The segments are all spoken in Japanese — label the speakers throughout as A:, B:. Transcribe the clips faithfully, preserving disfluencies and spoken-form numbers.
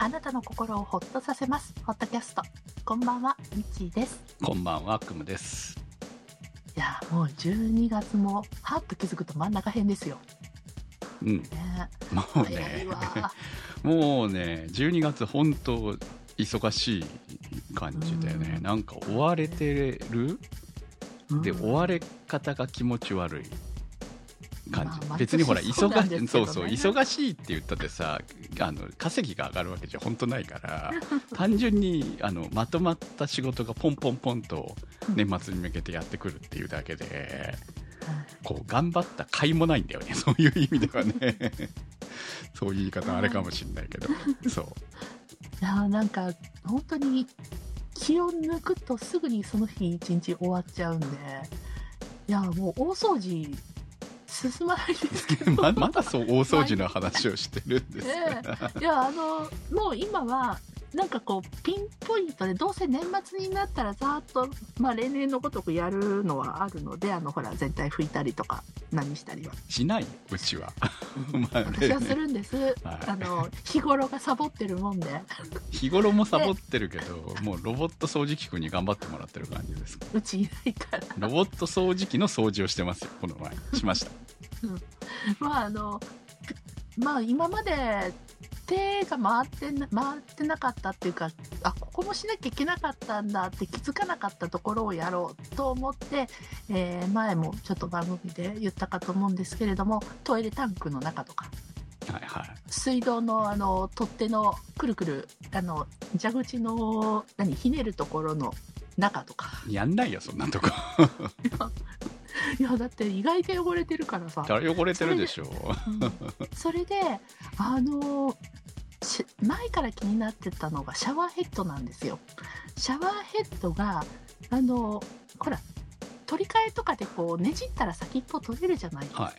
A: あなたの心をほっとさせますホットキャスト。こんばんは、みちーです。
B: こんばんは、くむです。
A: いやもうじゅうにがつもはっと気づくと真ん中辺ですよ。
B: うん、
A: ね、
B: もうねもうねじゅうにがつ本当忙しい感じでね、んなんか追われてる、で追われ方が気持ち悪い感じ、まあ、別にほら忙し、ね、そうそう忙しいって言ったってさ、あの稼ぎが上がるわけじゃ本当ないから単純にあのまとまった仕事がポンポンポンと年末に向けてやってくるっていうだけで、こう頑張った甲斐もないんだよね、そういう意味ではねそういう言い方あれかもしれないけどそう
A: いやなんか本当に気を抜くとすぐにその日一日終わっちゃうんで、いやもう大掃除進まないですけど
B: ま, まだそう大掃除の話をしてるんですか、
A: ええ、いやあのもう今はなんかこうピンポイントでどうせ年末になったらざーっと、まあ、例年のごとくやるのはあるので、あのほら全体拭いたりとか何したりは
B: しないようちは
A: まあ、ね、私はするんです、はい、あの日頃がサボってるもんで
B: 日頃もサボってるけどもうロボット掃除機くんに頑張ってもらってる感じですか。
A: うちいないから
B: ロボット掃除機の掃除をしてますよ、この前しました、
A: うん、まああのまあ今まで手が回ってな、回ってなかったっていうか、あ、ここもしなきゃいけなかったんだって気づかなかったところをやろうと思って、えー、前もちょっと番組で言ったかと思うんですけれども、トイレタンクの中とか、
B: はいはい、
A: 水道のあの取っ手のくるくるあの蛇口の何ひねるところの中とか
B: やんないよそんなとこ
A: いやだって意外と汚れてるからさ。
B: 汚れてるでしょ
A: それで、うん、それであの前から気になってたのがシャワーヘッドなんですよ。シャワーヘッドがあのほら取り替えとかでこうねじったら先っぽ取れるじゃないですか、はい、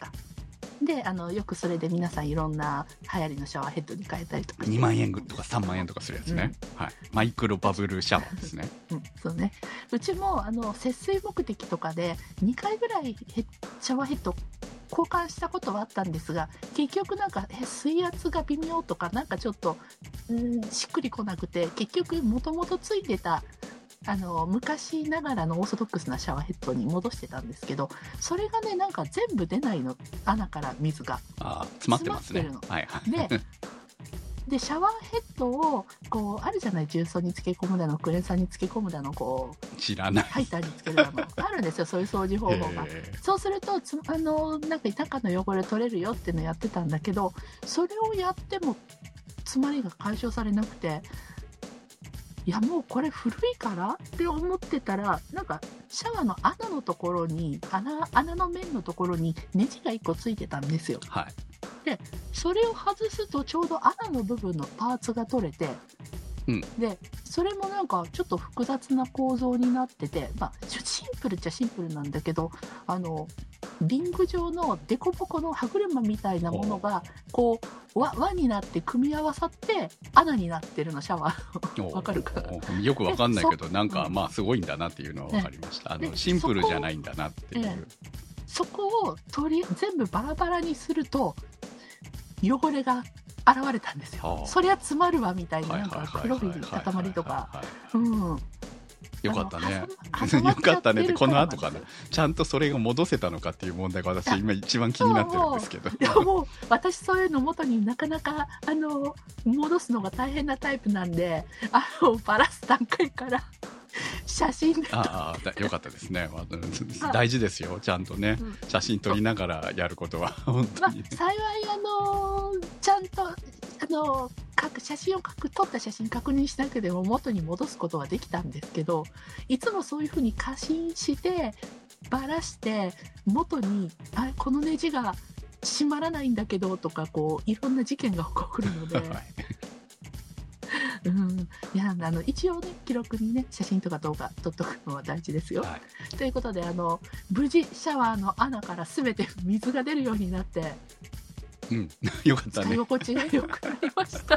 A: であのよくそれで皆さんいろんな流行りのシャワーヘッドに変えたりとか
B: にまんえんとかさんまんえんとかするやつね、うんはい、マイクロバブルシャワーですね、
A: うん、そうね。うちもあの節水目的とかでにかいぐらいシャワーヘッド交換したことはあったんですが、結局なんかえ水圧が微妙とかなんかちょっとんしっくりこなくて、結局もともとついてたあの昔ながらのオーソドックスなシャワーヘッドに戻してたんですけど、それがねなんか全部出ないの、穴から水が
B: あ詰まってますね。
A: 詰まってるの、
B: はいはい、
A: ででシャワーヘッドをこうあるじゃない、重曹に漬け込むだのクエン酸に漬け込むだのこう
B: 知らない
A: ハイターにつけるだのあるんですよ、そういう掃除方法が。そうするとつあのなんか中の汚れ取れるよっていうのやってたんだけど、それをやっても詰まりが解消されなくて、いやもうこれ古いからって思ってたら、なんかシャワーの穴のところに 穴, 穴の面のところにネジがいっこついてたんですよ、
B: はい、
A: でそれを外すとちょうど穴の部分のパーツが取れて、うん、でそれもなんかちょっと複雑な構造になってて、まあ、シンプルっちゃシンプルなんだけど、あのリング状のデコボコの歯車みたいなものがこう輪, 輪になって組み合わさって穴になってるの、シャワーわかるかな。
B: よくわかんないけどなんかまあすごいんだなっていうのはわかりました、ね、あのシンプルじゃないんだなっていう、ね、
A: そこを取り全部バラバラにすると汚れが現れたんですよ。そりゃ詰まるわみたいな、なんか黒い塊とか、うん
B: よかったねよかったねってこの後かな、ちゃんとそれが戻せたのかっていう問題が私今一番気になってるんですけど、
A: いやもう私そういうの元になかなかあの戻すのが大変なタイプなんで、あのバラす段階から写真で
B: ああよかったですね大事ですよ、ちゃんとね、うん、写真撮りながらやることは本当に、
A: まあ、幸いあのちゃんとあの各写真を撮った写真確認しなくても元に戻すことはできたんですけど、いつもそういうふうに過信してばらして元にあこのネジが閉まらないんだけどとかこういろんな事件が起こるので、はいうん、いやあの一応ね記録にね写真とか動画撮っとくのは大事ですよ、はい、ということであの無事シャワーの穴から全て水が出るようになって、
B: うん、よかったね、
A: 使い心地が良くなりました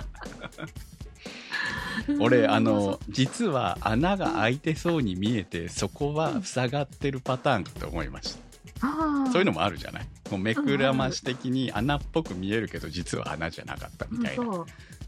B: 俺あの実は穴が開いてそうに見えてそこは塞がってるパターンかと思いました、うん、そういうのもあるじゃない、もう目くらまし的に穴っぽく見えるけど実は穴じゃなかったみたいな、うん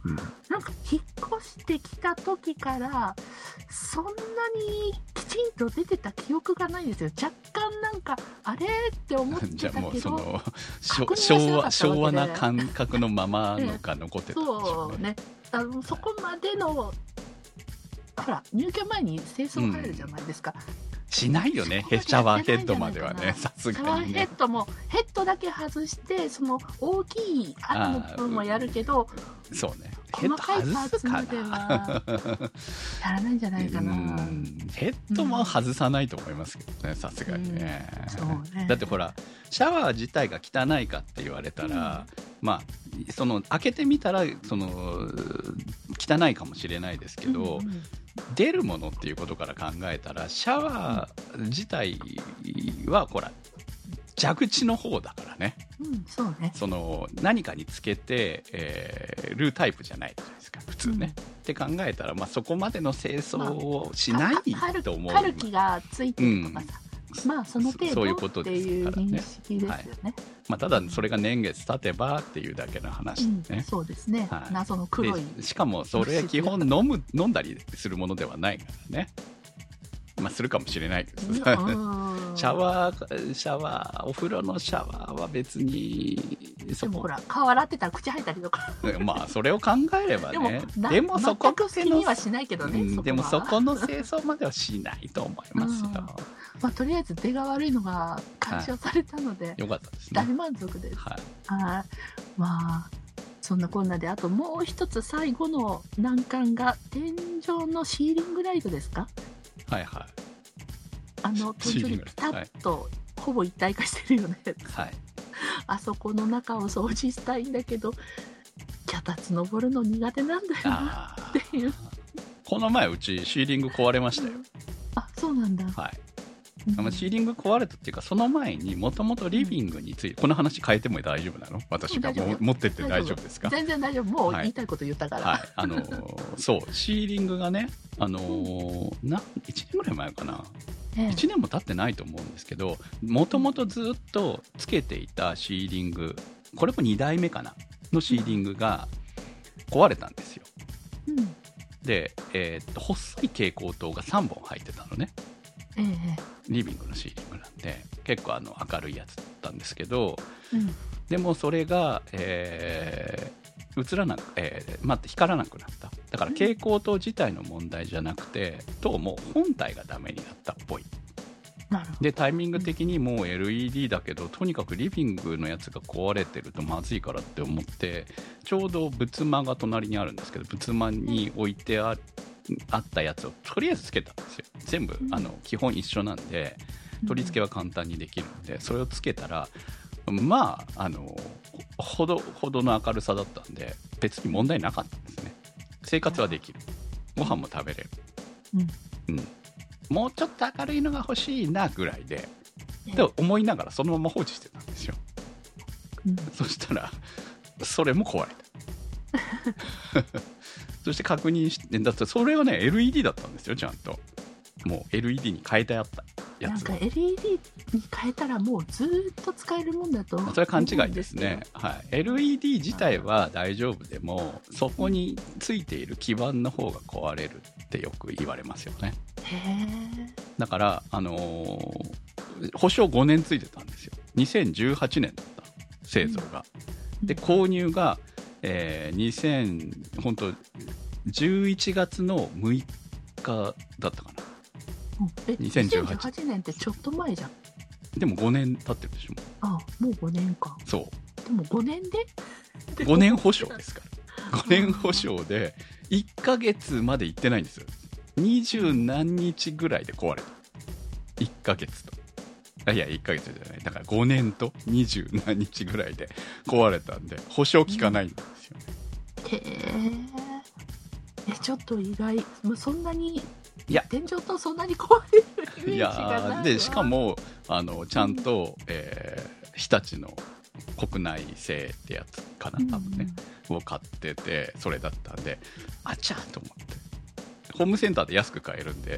B: うん、
A: なんか引っ越してきた時からそんなにきちんと出てた記憶がないんですよ。若干なんかあれって思ってたけど、
B: じゃあもうその
A: 確認はしな
B: 昭和
A: かったわけで
B: 昭和な感覚のままのが残ってたんでしょ
A: そうう
B: ね。
A: ね、あのそこまでのほら入居前に清掃入るじゃないですか、
B: しないよね、シャワーヘッドまではね、さす
A: シャワーヘ
B: がにね
A: ッ。ドもヘッドだけ外してその大きい後の部分もやるけど、
B: そうね、ヘッド
A: 細かいパー
B: 外すか
A: ツまで
B: な。
A: はやらないんじゃないかな。
B: うんヘッドも外さないと思いますけどね、さすがにね。
A: うんそうね
B: だってほらシャワー自体が汚いかって言われたら、まあその開けてみたらその汚いかもしれないですけど、
A: うんうん
B: 出るものっていうことから考えたらシャワー自体はほら蛇口の方だからね、
A: うん、そうね。
B: その何かにつけて、えー、るタイプじゃないじゃないですか普通ね、うん、って考えたら、まあ、そこまでの清掃をしないと思う、
A: カルキがついてるとかさ、うん、まあその程
B: そういうこと
A: 度って
B: ですからね、
A: いう認識ですよね、
B: はい、まあ、ただそれが年月経てばっていうだけの話ですね、
A: うん、そうですね、はい、謎の黒い
B: しかもそれ基本飲む飲んだりするものではないからね、まあ、するかもしれないですシャワーシャワーお風呂のシャワーは別に
A: でもほら顔洗ってたら口入ったりとか
B: まあそれを考えればね
A: でもそこの全く好きにはしないけどね、うん、
B: でもそこの清掃まではしないと思いますよ、うん、
A: まあ、とりあえず出が悪いのが解消されたので、
B: はい、よかったですね、
A: 大満足です、はい、あまあそんなこんなで、あともう一つ最後の難関が天井のシーリングライトですか。
B: はいはい、
A: あの天井にピタッとほぼ一体化してるよね、
B: はい、
A: あそこの中を掃除したいんだけど脚立登るの苦手なんだよなっていう。
B: この前うちシーリング壊れましたよ、うん、
A: あそうなんだ、
B: はい、うん、シーリング壊れたっていうかその前にもともとリビングについて、うん、この話変えても大丈夫なの？私がも持ってって大丈夫ですか？
A: 全然大丈夫、もう言いたいこと言ったから、
B: はいはい、あのー、そうシーリングがね、あのーうん、ないちねんぐらい前かな、いちねんも経ってないと思うんですけど、もともとずっとつけていたシーリング、これもにだいめかなのシーリングが壊れたんですよ、うん、で、えー、っと細い蛍光灯がさんぼん入ってたのね、ええ、リビングのシーリングなんで結構あの明るいやつだったんですけど、うん、でもそれが、えー、映らなく、えーまあ、光らなくなった。だから蛍光灯自体の問題じゃなくて、うん、灯も本体がダメになったっぽい。でタイミング的にもう エルイーディー だけど、とにかくリビングのやつが壊れてるとまずいからって思って、ちょうど仏間が隣にあるんですけど、仏間に置いてああったやつをとりあえずつけたんですよ。全部あの基本一緒なんで取り付けは簡単にできるんで、それをつけたらまああのほどほどの明るさだったんで別に問題なかったんですね。生活はできる、ご飯も食べれる、うん、うん、もうちょっと明るいのが欲しいなぐらいでと思いながらそのまま放置してたんですよ、うん、そしたらそれも壊れたそして確認して、だってそれはね エルイーディー だったんですよ、ちゃんともう エルイーディー に変えてあったやつ。
A: なんか エルイーディー に変えたらもうずっと使えるもんだと思うんですけど、
B: それは勘違いですね、はい、エルイーディー 自体は大丈夫でもそこについている基板の方が壊れるってよく言われますよね。
A: へ
B: だからあのー、保証ごねんついてたんですよ。にせんじゅうはちねんだった製造が、うん、で購入が、えー、にせん本当じゅういちがつのむいかだったかな、
A: うん、えにせんじゅうはちねんってちょっと前じゃん。
B: でもごねん経ってるでしょ。
A: ああもうごねんか。
B: そう
A: でもごねんで
B: ごねん保証ですからごねん保証でいっかげつまで行ってないんですよ。にじゅうなんにちぐらいで壊れた。いっかげつとあいやいっかげつじゃない、だからごねんとにじゅうなんにちぐらいで壊れたんで保証効かないんですよね、
A: うん、へえ。ちょっと意外。そんなにいや天井とそんなに壊れるイメージがないわ。
B: でしかもあのちゃんと、うん、えー、日立の国内製ってやつかな多分ね、うん、を買っててそれだったんであちゃーと思ってホームセンターで安く買えるんで、うん、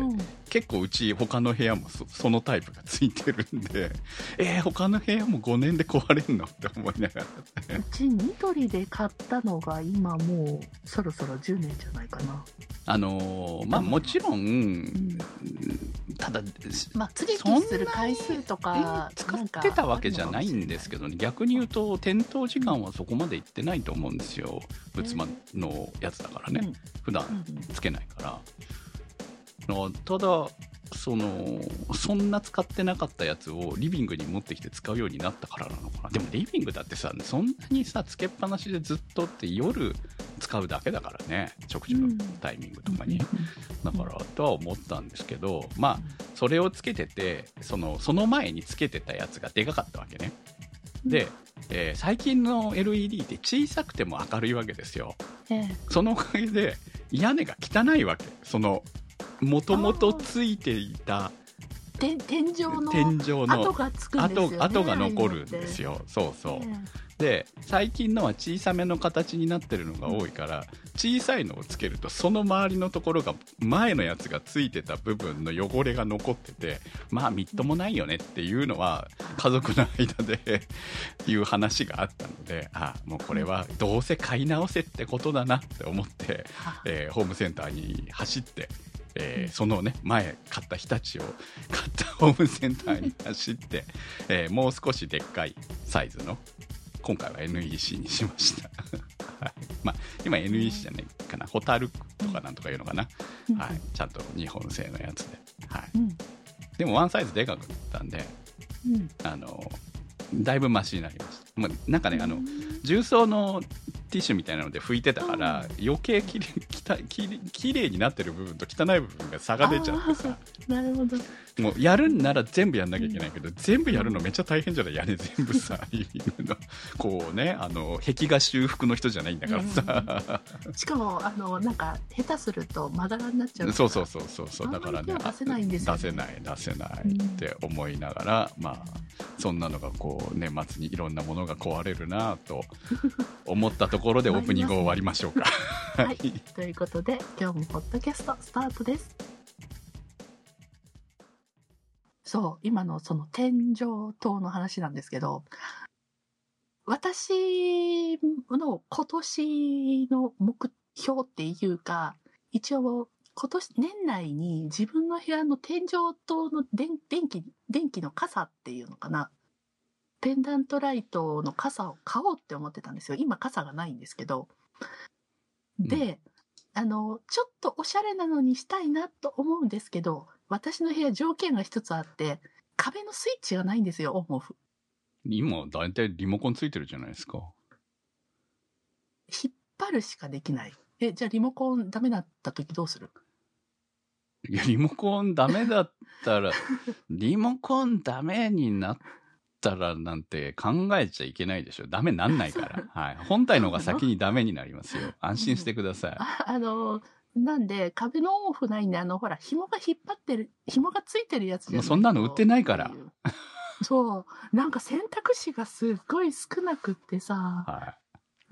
B: 結構うち他の部屋も そ, そのタイプがついてるんで、えー、他の部屋もごねんで壊れんのって思いながら、ね、
A: うちニトリで買ったのが今もうそろそろじゅうねんじゃないかな。
B: あのー、まあもちろん、うん、ただ
A: まあ次々する回数とか
B: 使ってたわけじゃないんですけどね、逆に言うと点灯時間はそこまでいってないと思うんですよ、仏間のやつだからね、うん、普段つけないから、うん、ただそのそんな使ってなかったやつをリビングに持ってきて使うようになったからなのかな。でもリビングだってさ、そんなにさつけっぱなしでずっとって夜使うだけだからね、食事のタイミングとかに、うん、だからとは思ったんですけど、まあそれをつけてて、そのその前につけてたやつがでかかったわけね。で、えー、最近の エルイーディー って小さくても明るいわけですよ、ええ、そのおかげで屋根が汚いわけ。そのもともとついていた
A: 天井の
B: 天井の
A: 跡がつくんですよね。
B: 跡が残るんですよ。そうそう、えー、で最近のは小さめの形になってるのが多いから、小さいのをつけるとその周りのところが前のやつがついてた部分の汚れが残ってて、まあみっともないよねっていうのは家族の間でいう話があったので、あもうこれはどうせ買い直せってことだなって思って、えー、ホームセンターに走ってえー、そのね前買った日立を買ったホームセンターに走って、えー、もう少しでっかいサイズの今回は エヌイーシー にしました、はい、まあ今 エヌイーシー じゃないかな、ホタルとかなんとかいうのかな、はい、ちゃんと日本製のやつで、はい、でもワンサイズでかくなったんで、あのだいぶマシになりました。まあ、なんかね、あの重曹のティッシュみたいなので拭いてたから余計きれい、きれい、きれいになってる部分と汚い部分が差が出ちゃってさ、
A: なるほど。
B: もうやるんなら全部やんなきゃいけないけど、うん、全部やるのめっちゃ大変じゃない、屋根全部さこうね、あの壁画修復の人じゃないんだからさ、
A: うん、しかもあのなんか下手するとまだらになっちゃうから、
B: そうそうそうそうそう、だからね
A: 出せないんですよね、
B: 出せない出せないって思いながら、うん、まあそんなのがこう年末にいろんなものが壊れるなと思ったところでオープニングを終わりましょうか
A: はい、ということで今日もポッドキャストスタートです。そう今のその天井灯の話なんですけど、私の今年の目標っていうか、一応今年年内に自分の部屋の天井灯の電気電気の傘っていうのかな、ペンダントライトの傘を買おうって思ってたんですよ。今傘がないんですけど。で、うん、あの、ちょっとおしゃれなのにしたいなと思うんですけど、私の部屋条件が一つあって、壁のスイッチがないんですよ、オンオフ。
B: 今、だいたいリモコンついてるじゃないですか。
A: 引っ張るしかできない。え、じゃあリモコンダメだった時どうする？
B: いや、リモコンダメだったら、リモコンダメになったらなんて考えちゃいけないでしょ。ダメなんないから。はい。本体の方が先にダメになりますよ。安心してください。
A: うん、あ, あの、なんで、壁のオンオフないんで、あの、ほら、紐が引っ張ってる、紐がついてるやつじゃない。
B: そんなの売ってないから。
A: そう。なんか選択肢がすっごい少なくってさ。
B: はい。
A: うん。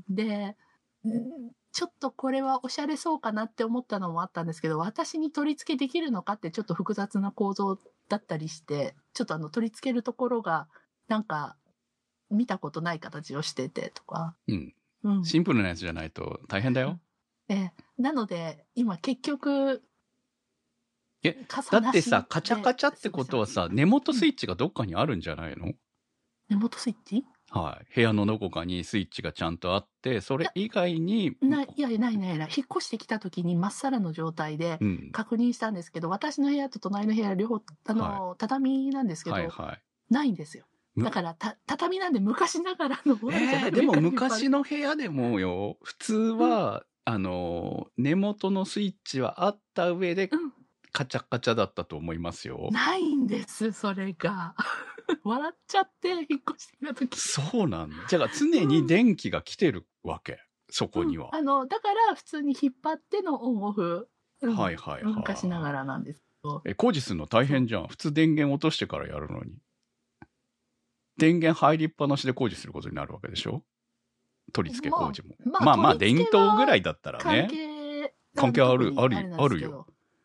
A: で、ちょっとこれはおしゃれそうかなって思ったのもあったんですけど、私に取り付けできるのかってちょっと複雑な構造だったりして、ちょっとあの取り付けるところがなんか見たことない形をしててとか。
B: うん。うん、シンプルなやつじゃないと大変だよ。
A: えなので今結局、
B: え、だってさ、カチャカチャってことはさ、根元スイッチがどっかにあるんじゃないの？
A: 根元スイッチ？
B: はい。部屋のどこかにスイッチがちゃんとあって、それ以外に。
A: ない、いや、ないないない。引っ越してきた時にまっさらの状態で確認したんですけど、うん、私の部屋と隣の部屋両方、あの、はい、畳なんですけど、はいはい、ないんですよ。だからた、畳なんで昔ながらのものじゃない、
B: えー、でも昔の部屋でもよ、普通は、うん、あの、根元のスイッチはあった上で、うんカチャカチャだったと思いますよ。
A: ないんです、それが。笑っちゃって、引っ越してきた時。
B: そうなんだ。じゃあ常に電気が来てるわけ、うん、そこには、
A: うん。あの、だから普通に引っ張ってのオンオフ。
B: うん、はいはいはい。
A: 昔ながらなんですけど。
B: え、工事するの大変じゃん。普通電源落としてからやるのに。電源入りっぱなしで工事することになるわけでしょ？取り付け工事も。まあまあ、まあ、電灯ぐらいだったらね。関係、
A: 関係ある、
B: ある、あるよ。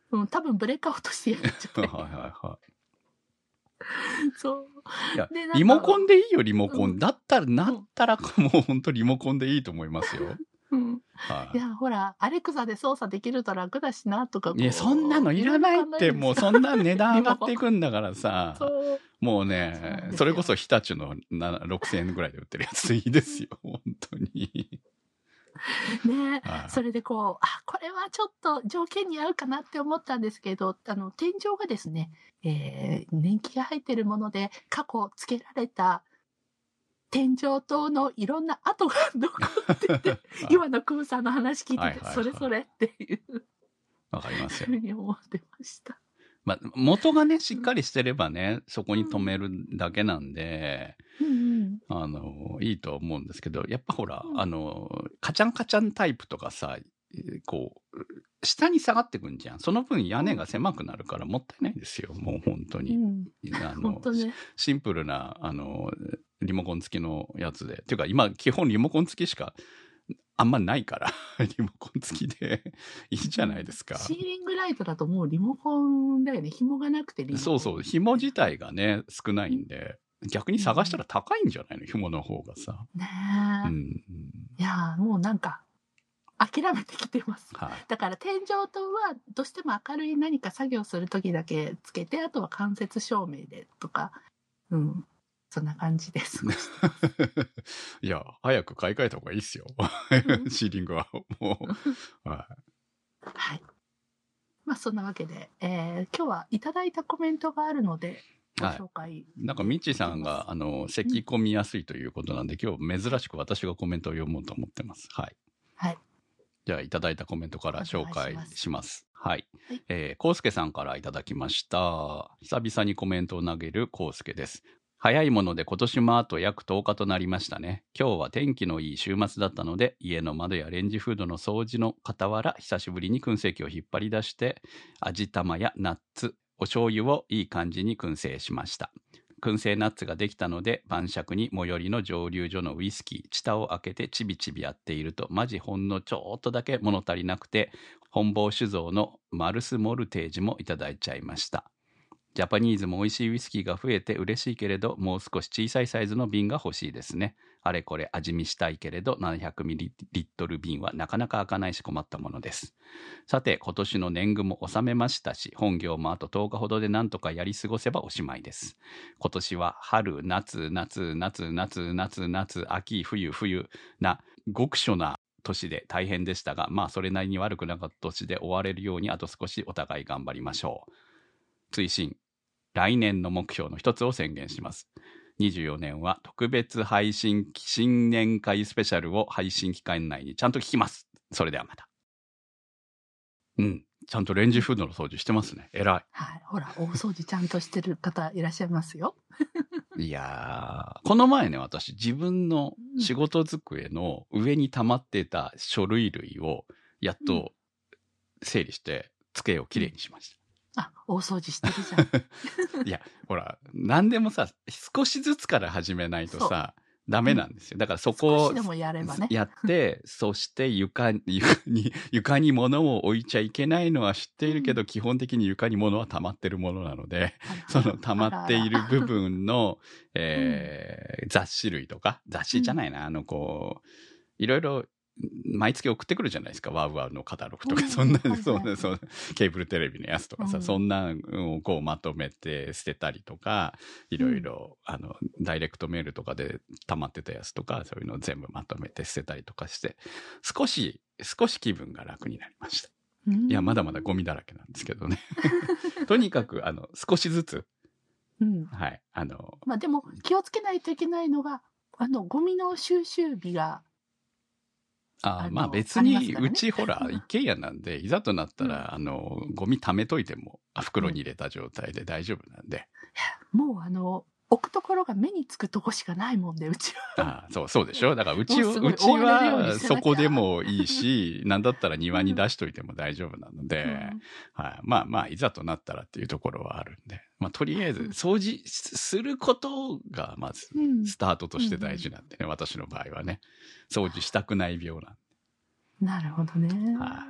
A: うん、多分ブレーカー落としてやるんじゃない
B: はいはいはい。
A: そう。
B: いや
A: で、なんか
B: リモコンでいいよ、リモコン。
A: うん
B: だったら、な
A: うん
B: ったら、もう本当リモコンでいいと思いますよ。
A: うん。
B: はい
A: や、ほら、アレクサで操作できると楽だしなとか、
B: い。いや、そんなの
A: こう、
B: い
A: いろいろ考
B: らないって、もう
A: えるんですよ。
B: そんな値段上がってい
A: リモコン。
B: くんだからさ、
A: そう。
B: もう
A: そうなん
B: ね、
A: ですよ
B: それこそ日立のなろくせんえんぐらいで売ってるやつでいいですよ、本当に。
A: ねえ、
B: はい
A: それでこう、あ、これはちょっと条件に合うかなって思ったんですけど、あの、天井がですね、えー年季が入ってるもので、過去付けられた天井灯のいろんな跡が残ってて、今のクムさんの話聞いてて、
B: はいはいはい
A: それそれっていう
B: わかりますよ
A: ふう。に思ってました。
B: まあ、元がね、しっかりしてればね、そこに止めるだけなんで、
A: うんうん。
B: あの、いいとは思うんですけど、やっぱほら、
A: うん
B: あの、カチャンカチャンタイプとかさ、こう、下に下がってくんじゃん。その分屋根が狭くなるからもったいないですよ、もう本当に。
A: うん。
B: あの、
A: 本当ね。
B: シンプルな、あの、リモコン付きのやつで。っていうか今、基本リモコン付きしかあんまないから、リモコン付きでいいじゃないですか。
A: シーリングライトだともうリモコンだよね。紐がなくてリモコン。
B: そうそう、紐自体がね、少ないんで、逆に探したら高いんじゃないの、紐の方がさ。
A: ねえ。
B: うん。
A: いやーもうなんか、諦めてきてます。
B: はい。
A: だから天井灯はどうしても明るい何か作業するときだけつけて、あとは間接照明でとか、うん。そんな感じです。
B: いや、早く買い替えた方がいいっすよ。シーリングは。もう。はい。
A: はい。まあそんなわけで、えー今日はいただいたコメントがあるので、ご
B: はい
A: 紹介。
B: なんか、ミッチーさんが、あの、咳込みやすいということなんで、今日珍しく私がコメントを読もうと思ってます。はい。
A: はい。
B: じゃあ、いただいたコメントから紹介
A: お願いします
B: します。はい。
A: はい
B: えー、コウスケさんからいただきました。久々にコメントを投げるコウスケです。早いもので今年もあと約とおかとなりましたね。今日は天気のいい週末だったので、家の窓やレンジフードの掃除の傍ら、久しぶりに燻製機を引っ張り出して、味玉やナッツ、お醤油をいい感じに燻製しました。燻製ナッツができたので、晩酌に最寄りの蒸留所のウイスキー、チタを開けてちびちびやっていると、マジほんのちょっとだけ物足りなくて、本坊酒造のマルスモルテージもいただいちゃいました。ジャパニーズも美味しいウイスキーが増えて嬉しいけれど、もう少し小さいサイズの瓶が欲しいですね。あれこれ味見したいけれど、ななひゃくミリリットル 瓶はなかなか開かないし困ったものです。さて、今年の年貢も納めましたし、本業もあととおかほどでなんとかやり過ごせばおしまいです。今年は春、夏、夏、夏、夏、夏、夏、秋、冬、冬な極暑な年で大変でしたが、まあそれなりに悪くなかった年で終われるようにあと少しお互い頑張りましょう。追伸、来年の目標の一つを宣言します。にじゅうよねんは特別配信新年会スペシャルを配信期間内にちゃんと聞きます。それではまた。うん、ちゃんとレンジフードの掃除してますね。偉い。
A: はい。ほら、大掃除ちゃんとしてる方いらっしゃいますよ。
B: いやー、この前ね、私自分の仕事机の上に溜まってた書類類をやっと整理して机をきれいにしました。
A: あ、大掃除してるじゃん。
B: いや、ほら、何でもさ、少しずつから始めないとさ、ダメなんですよ。だからそこを
A: 少しでもやればね。
B: やって、そして床に、床に、床に物を置いちゃいけないのは知っているけど、
A: うん
B: 基本的に床に物は溜まってるものなので、
A: あら
B: その溜まっている
A: あらあら
B: 部分の、えー雑誌類とか、雑誌じゃないな、あの、こう、いろいろ、毎月送ってくるじゃないですか。ワウワウのカタログとか、
A: うん
B: そんな、
A: はいはい
B: そんな、そんな、ケーブルテレビのやつとかさ、
A: うん
B: そんなのをこうまとめて捨てたりとか、いろいろ、あの、ダイレクトメールとかで溜まってたやつとか、そういうのを全部まとめて捨てたりとかして、少し、少し気分が楽になりました。
A: うん
B: いや、まだまだゴミだらけなんですけどね。とにかく、あの、少しずつ、
A: うん。
B: はい、あの、
A: まあでも気をつけないといけないのが、あの、ゴミの収集日が、
B: あ
A: あの
B: まあ別に、
A: ありますからね
B: うちほら、一軒家なんで、いざとなったら、あの、ゴミ溜めといても、あ袋に入れた状態で大丈夫なんで。
A: もうあの、置くところが目につくとこしかないもんで、うちは。
B: ああ、そう、そうでしょ。だからうちは、
A: もうすごいう
B: ち
A: 追われるように
B: は
A: してなきゃ
B: そこでもいいし、なんだったら庭に出しといても大丈夫なので、
A: うん
B: はい。まあまあ、いざとなったらっていうところはあるんで、まあとりあえず
A: うん
B: 掃除することがまず
A: うん
B: スタートとして大事なんでね、私の場合はね。掃除したくない病なんで。
A: なるほどね。
B: は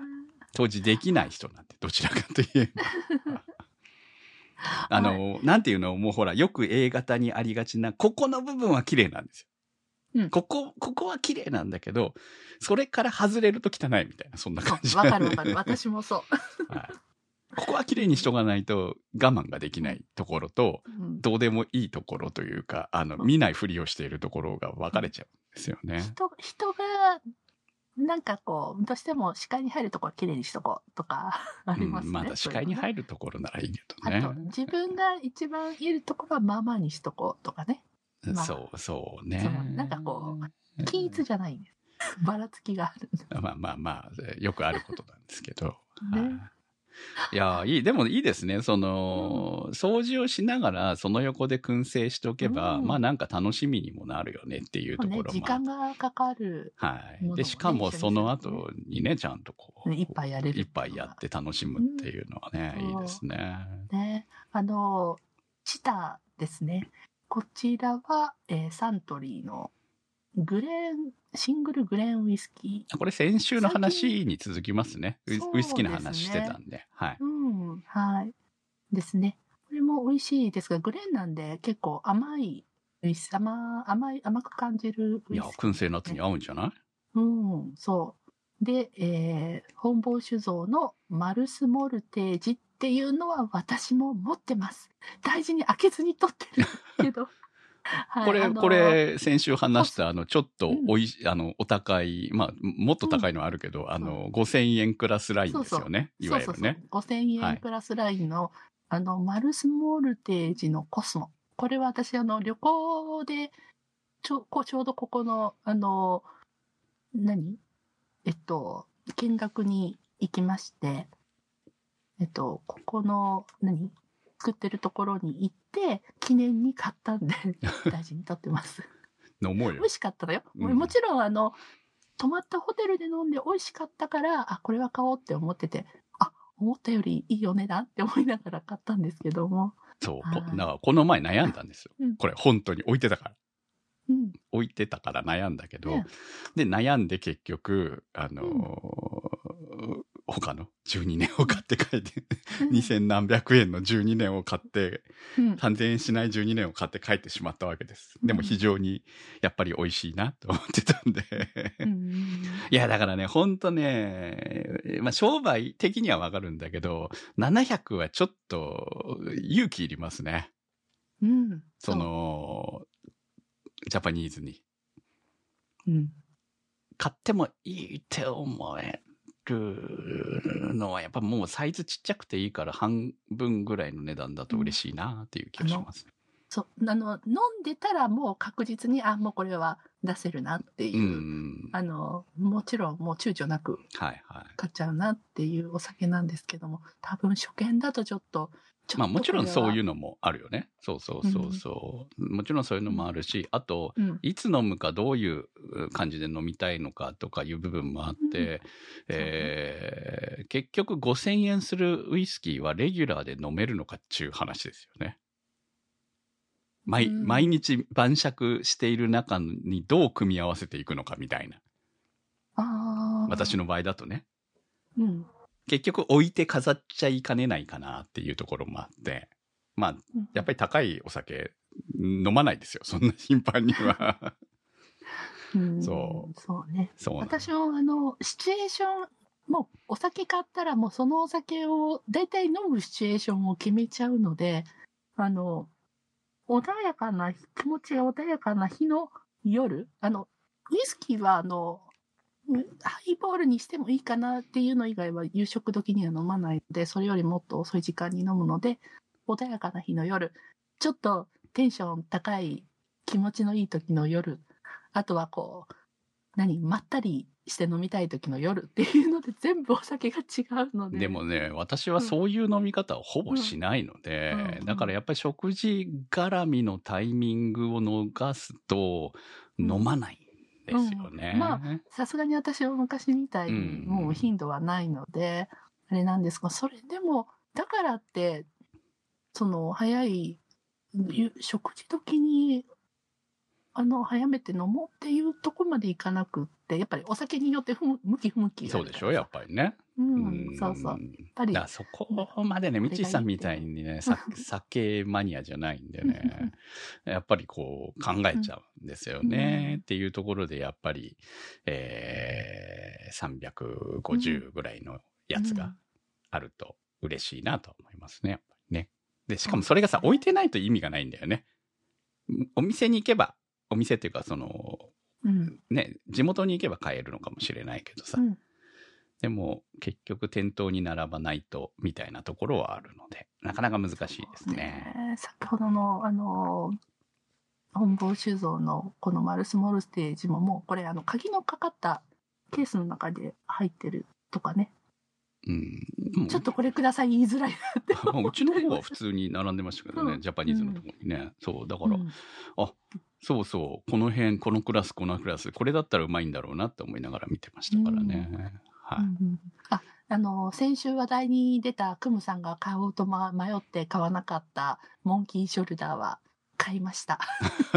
B: 当時できない人なんて、どちらかといえば。あの、はい、なんていうの、もうほら、よく A 型にありがちな、ここの部分は綺麗なんですよ。うん、ここ、ここは綺麗なんだけど、それから外れると汚いみたいな、そんな感じ。
A: わかるわかる。私もそう。
B: はい、ここは綺麗にしとかないと我慢ができないところと、うん、どうでもいいところというか、あの、見ないふりをしているところが分かれちゃうんですよね。
A: 人、人が、なんかこう、どうしても視界に入るところは綺麗にしとこうとかありますね。うん、
B: まだ視界に入るところならいいけどね。
A: あと、自分が一番いるところはまあまあにしとこうとかね。
B: まあ、そうそうね。
A: そう、なんかこう、均一じゃないんです。ばらつきがある。
B: まあまあまあ、よくあることなんですけど。ね、いや、いい、でもいいですね。その、うん、掃除をしながら、その横で燻製しておけば、うん、まあなんか楽しみにもなるよねっていうところも、ね。
A: 時間がかかる、
B: ね。はい。で、しかもその後にね、ちゃんとこう、
A: 一杯やれる。
B: 一杯やって楽しむっていうのはね、うん、いいですね。
A: ね。あの、チタですね。こちらは、えー、サントリーのグレーン、シングルグレーンウイスキー。
B: これ先週の話に続きますね。ウイスキーの話してたんで。はい。
A: うん、はい。ですね。これも美味しいですが、グレーンなんで結構甘い、甘、甘い、甘く感じるウイスキー、ね。
B: いや、燻製ナッツに合うんじゃない？
A: うん、そう。で、えー、本坊酒造のマルスモルテージっていうのは私も持ってます。大事に開けずに取ってるけど。
B: はい、これ、あのー、これ、先週話した、あの、ちょっとおいし、うん、あの、お高い、まあ、もっと高いのはあるけど、うん、あの、ごせんえんクラスラインですよね。そうそういわゆるね。そうそうそう
A: ごせんえんクラスラインの、はい、あの、マルスモルテージのコスモ。これは私、あの、旅行で、ちょ、ちょうどここの、あの、何えっと、見学に行きまして、えっと、ここの、何作ってるところに行って、記念に買ったんで、大事に取ってます。
B: 飲もうよ。
A: 美味しかったのよ。うん、もちろん、あの、泊まったホテルで飲んで美味しかったから、あ、これは買おうって思ってて、あ、思ったよりいいお値段って思いながら買ったんですけども。
B: そう。だからこの前悩んだんですよ。うん、これ、本当に置いてたから。うん、置いてたから悩んだけど、ね、で、悩んで結局、あのーうん、他のじゅうにねんを買って帰って、うん、にせんなんびゃくえんのじゅうにねんを買って、うん、さんぜんえんしないじゅうにねんを買って帰ってしまったわけです。でも非常にやっぱり美味しいなと思ってたんで。うん、いや、だからね、ほんとね、まあ商売的にはわかるんだけど、ななひゃくはちょっと勇気いりますね。
A: うん、
B: その、ジャパニーズに。
A: うん。
B: 買ってもいいって思えるのは、やっぱもうサイズちっちゃくていいから半分ぐらいの値段だと嬉しいなっていう気がします。
A: うん、そう、あの、飲んでたらもう確実に、あ、もうこれは出せるなっていう、うん、あの、もちろんもう躊躇なく買っちゃうなっていうお酒なんですけども、はいはい、多分初見だとちょっと、
B: まあもちろんそういうのもあるよね。そうそうそうそう。うん、もちろんそういうのもあるし、あと、うん、いつ飲むかどういう感じで飲みたいのかとかいう部分もあって、うんえーね、結局ごせんえんするウイスキーはレギュラーで飲めるのかっていう話ですよね。毎、うん、毎日晩酌している中にどう組み合わせていくのかみたいな。
A: あ
B: 私の場合だとね。
A: うん。
B: 結局置いて飾っちゃいかねないかなっていうところもあって、まあ、やっぱり高いお酒飲まないですよ。そんな頻繁には。
A: うん
B: そう。
A: そうね。
B: そう
A: 私もあの、シチュエーション、もうお酒買ったらもうそのお酒を大体飲むシチュエーションを決めちゃうので、あの、穏やかな、気持ちが穏やかな日の夜、あの、ウイスキーはあの、ハイボールにしてもいいかなっていうの以外は夕食時には飲まないので、それよりもっと遅い時間に飲むので、穏やかな日の夜、ちょっとテンション高い気持ちのいい時の夜、あとはこう、何、まったりして飲みたい時の夜っていうので全部お酒が違うので。
B: でもね、私はそういう飲み方をほぼしないので、うんうんうん、だからやっぱり食事絡みのタイミングを逃すと飲まない。うんですよね。
A: うん、まあ、さすがに私は昔みたいにもう頻度はないので、うん、あれなんですが、それでも、だからって、その、早い、食事時に、 あの、早めて飲もうっていうとこまでいかなくって、やっぱりお酒によってふむ向き不向きが
B: そうでしょ、やっぱりね。
A: う、
B: うんん、
A: そうそう。やっぱり。
B: だからそこまでね、みちさんみたいにね、さ酒マニアじゃないんでね、やっぱりこう考えちゃうんですよね。
A: うん
B: っていうところで、やっぱり、えー、さんびゃくごじゅうぐらいのやつがあると嬉しいなと思いますね、やっぱりね。で、しかもそれがさ、置いてないと意味がないんだよね。お店に行けば、お店っていうか、その、
A: うん、
B: ね、地元に行けば買えるのかもしれないけどさ、
A: うん、
B: でも結局店頭に並ばないとみたいなところはあるので、なかなか難しいですね。
A: ね、先ほどのあの本坊酒造のこのマルスモルステージももうこれあの鍵のかかったケースの中で入ってるとかね。
B: うん、
A: ちょっとこれください言いづらいなって
B: うちの方は普通に並んでましたけどね、
A: うん、
B: ジャパニーズのところにね、うん、そうだから、
A: うん、
B: あ、そうそう、この辺このクラスこのクラスこれだったらうまいんだろうなって思いながら見てましたからね、うん、はい、
A: うんうん、あ、あの先週話題に出たクムさんが買おうと、ま、迷って買わなかったモンキーショルダーは買いました。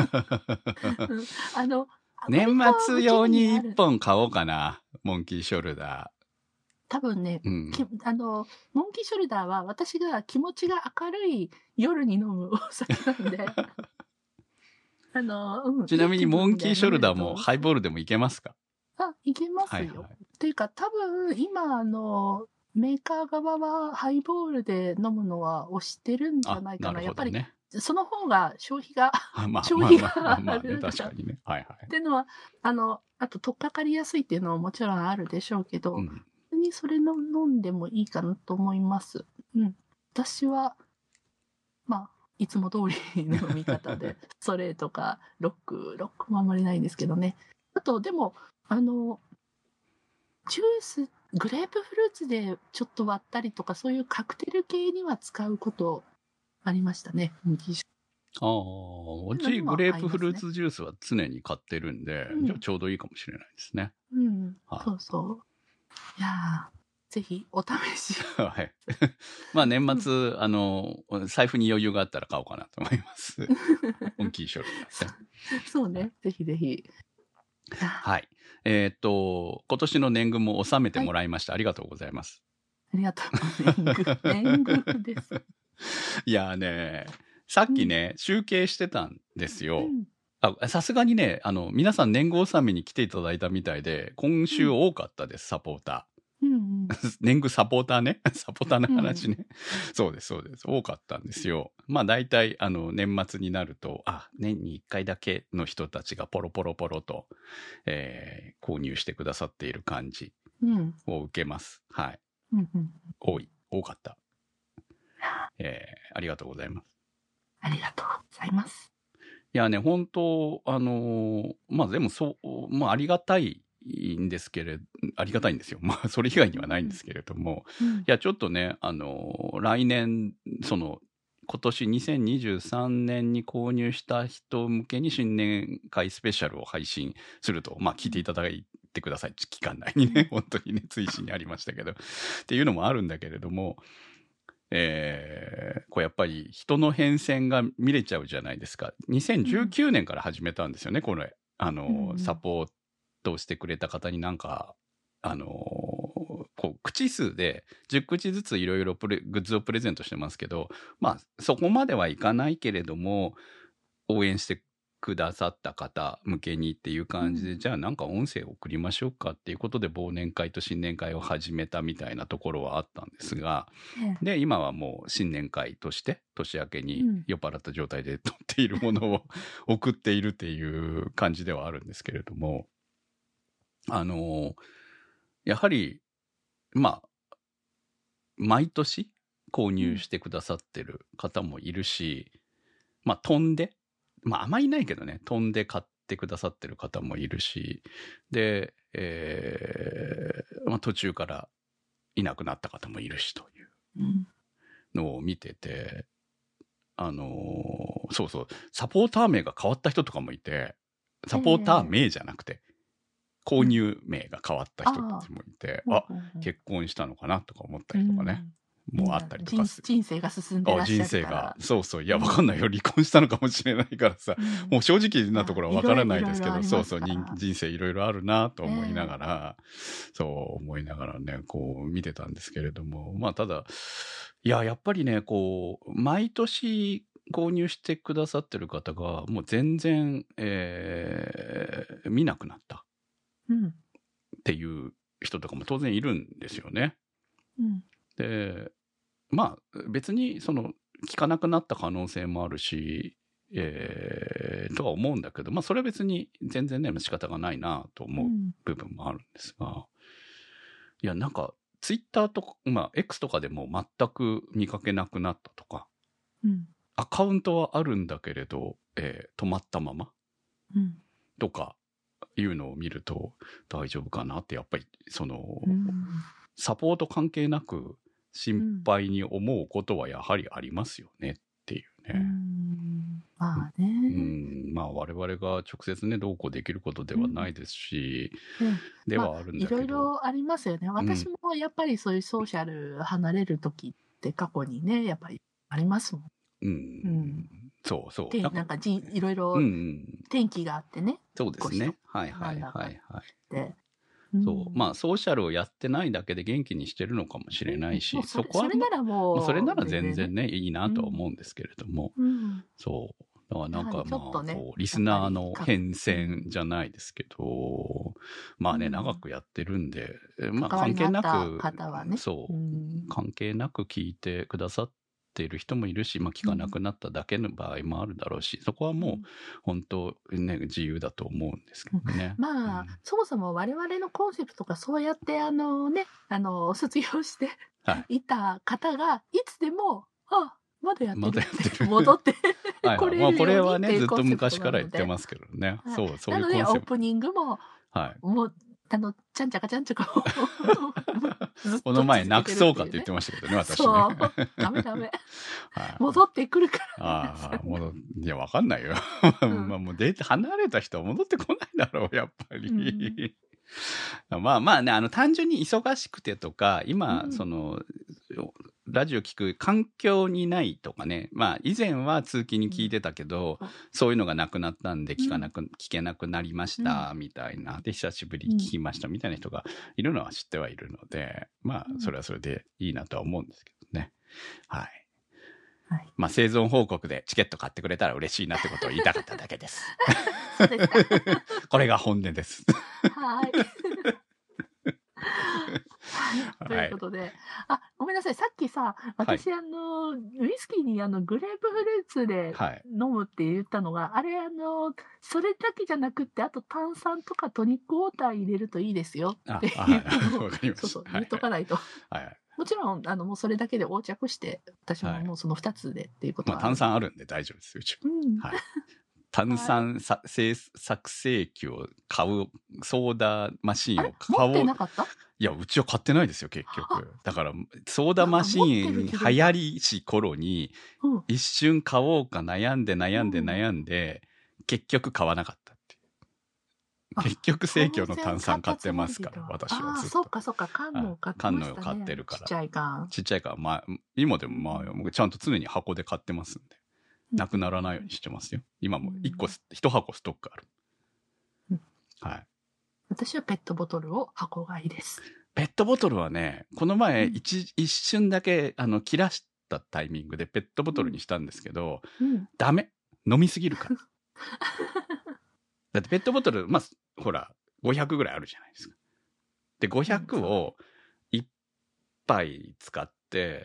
A: あの
B: 年末用にいっぽん買おうかな、モンキーショルダー。
A: 多分ね、
B: うん、
A: あのモンキーショルダーは私が気持ちが明るい夜に飲むお酒なんであの、うん、
B: ちなみにモンキーショルダーもハイボールでもいけますか？
A: あ、いけますよ。はいはい、っていうか多分今あのメーカー側はハイボールで飲むのは推してるんじゃないかな。なるほどね、やっぱりその方が消費が、まあ、消費がある。
B: 確かにね。はいはい。
A: っていうのは、あの、あと取っかかりやすいっていうのももちろんあるでしょうけど、うん、にそれの飲んでもいいかなと思います。うん。私は、まあ、いつも通りの飲み方で、ストレートかロック、ロックもあんまりないんですけどね。あと、でも、あの、ジュース、グレープフルーツでちょっと割ったりとか、そういうカクテル系には使うことありましたね。
B: ああ、うちグレープフルーツジュースは常に買ってるんで、うん、じゃあちょうどいいかもしれないですね。
A: うん、はい、そうそう。いやー、ぜひお試し。
B: はい。まあ年末、うん、あの、財布に余裕があったら買おうかなと思います。大きいショルダー。
A: そうね、ぜひぜひ。
B: はい。えー、っと、今年の年貢も納めてもらいました。はい、ありがとうございます。
A: ありがとう。年貢、年貢です。
B: いやね、さっきね、うん、集計してたんですよ。うん、さすがにね、あの、皆さん年貢納めに来ていただいたみたいで、今週多かったです、うん、サポーター。うんうん、年貢サポーターね。サポーターの話ね。うん、そうです、そうです。多かったんですよ。まあ大体、あの、年末になると、あ、年にいっかいだけの人たちがポロポロポロと、えー、購入してくださっている感じを受けます。うん、はい、うんうん。多い、多かった。えー、ありがとうございます。
A: ありがとうございます。
B: いやね、本当あのー、まあでもそう、まあありがたいんですけれど、ありがたいんですよ。まあそれ以外にはないんですけれども、うん、いやちょっとね、あのー、来年、その、今年にせんにじゅうさんねんに購入した人向けに新年会スペシャルを配信すると、まあ聞いていただいてください。期間内にね、本当にね、追伸にありましたけど、っていうのもあるんだけれども、えー、こうやっぱり人の変遷が見れちゃうじゃないですか。にせんじゅうきゅうねんから始めたんですよね、これ。あの、うん、サポートしてくれた方になんか、あの、こう、口数でじゅっ口ずついろいろグッズをプレゼントしてますけど、まあ、そこまではいかないけれども、応援してくださった方向けにっていう感じで、うん、じゃあなんか音声を送りましょうかっていうことで忘年会と新年会を始めたみたいなところはあったんですが、うん、で今はもう新年会として年明けに酔っ払った状態で撮っているものを送っているっていう感じではあるんですけれども、あのやはりまあ毎年購入してくださってる方もいるし、まあ飛んでまああんまりいないけどね、飛んで買ってくださってる方もいるし、で、えーまあ、途中からいなくなった方もいるしというのを見てて、うん、あのー、そうそう、サポーター名が変わった人とかもいて、サポーター名じゃなくて、えー、購入名が変わった人たちもいて、うん、あ、結婚したのかなとか思ったりとかね。 もあったりとかする。
A: 人生が進んでらっしゃるから。
B: 人生が。そうそう。いや、わかんないよ。離婚したのかもしれないからさ。うん、もう正直なところはわからないですけど、そうそう、人生いろいろあるなと思いながら、えー、そう思いながらね、こう見てたんですけれども。まあ、ただ、いや、やっぱりね、こう、毎年購入してくださってる方が、もう全然、えー、見なくなった。
A: うん。
B: っていう人とかも当然いるんですよね。
A: うん、
B: で、まあ別にその聞かなくなった可能性もあるし、えー、とは思うんだけど、まあそれは別に全然ね仕方がないなと思う部分もあるんですが、うん、いやなんかツイッターとか、まあ X とかでも全く見かけなくなったとか、
A: うん、
B: アカウントはあるんだけれど、えー、止まったまま、
A: うん、
B: とかいうのを見ると大丈夫かなってやっぱりその、
A: うん、
B: サポート関係なく心配に思うことはやはりありますよねっていうね。
A: うん、まあね。
B: うん、まあ我々が直接ねどうこうできることではないですし、
A: うん、
B: ではあるんだけど、まあ、
A: いろいろありますよね。私もやっぱりそういうソーシャル離れる時って過去にねやっぱりありますもん。
B: うん、うん、そうそう。
A: でなんかじいろいろ転機があってね。
B: うんうん、そうですね。はいはいはいはい。
A: で
B: そう、まあソーシャルをやってないだけで元気にしてるのかもしれないし、
A: うん、そ,
B: そこは
A: それならもう
B: それなら全然ねいいなとは思うんですけれども、
A: うん、
B: そうだからなんかまあ、
A: ね、
B: こうリスナーの変遷じゃないですけど、まあね、うん、長くやってるんで、まあ関係なく
A: 方はね、
B: そう、
A: うん、
B: 関係なく聞いてくださっている人もいるし、まあ聞かなくなっただけの場合もあるだろうし、そこはもう本当ね自由だと思うんですけどね。
A: うん、まあ、うん、そもそも我々のコンセプトがそうやってあのねあの卒業していた方がいつでもあまだやってる、
B: まだやってる
A: 戻って
B: はい、
A: これ
B: まあ、これはねずっと昔から言ってますけどね、はい、そうそういうコンセプトなので
A: オープニングも、
B: はい、
A: もうあのちゃんちゃかちゃんちゃか
B: この前なくそうかって言ってましたけどね私ね
A: そうダメダメ、はい、戻ってくるから、
B: ああ戻いやわかんないよ、うん、まあもう出て離れた人は戻ってこないだろうやっぱり、うん、まあまあねあの単純に忙しくてとか今、うん、そのラジオ聞く環境にないとかね、まあ以前は通勤に聞いてたけど、うん、そういうのがなくなったんで聞かなく、うん、聞けなくなりましたみたいな、で久しぶりに聞きましたみたいな人がいるのは知ってはいるので、まあそれはそれでいいなとは思うんですけどね。はい。はい、まあ生存報告でチケット買ってくれたら嬉しいなってことを言いたかっただけです。
A: そうですか。こ
B: れが本音です。
A: はい。ということで、はい、あごめんなさいさっきさ私、はい、あのウイスキーにあのグレープフルーツで飲むって言ったのが、はい、あれあのそれだけじゃなくってあと炭酸とかトニックウォーター入れるといいですよっていうのをそうそう言っとかないと、はいはい、もちろんあのもうそれだけで横着して私ももうそのふたつでっていうことは、
B: はい、まあ、炭酸あるんで大丈夫ですようち、うんはい、炭酸さ、はい、作成機を買うソーダマシンを買おう。
A: 持ってなかった？
B: いやうちは買ってないですよ結局。だからソーダマシン流行りし頃に一瞬買おうか悩んで悩んで悩んで、うん、結局買わなかったっていう。結局生協の炭酸買ってますから私はずっと。
A: あそっかそっか缶の買ってましたね。
B: 缶の買ってるから。
A: ちっちゃい缶。
B: ちっちゃい缶まあ今でもまあちゃんと常に箱で買ってますんで。なくならないようにしてますよ。今も一個、一箱ストックある。
A: うん、
B: はい。
A: 私はペットボトルを箱買いです。
B: ペットボトルはね、この前一、うん、一瞬だけあの切らしたタイミングでペットボトルにしたんですけど、うん、ダメ。飲みすぎるから。だってペットボトル、まあ、ほら、ごひゃくぐらいあるじゃないですか。で、ごひゃくをいっぱい使って、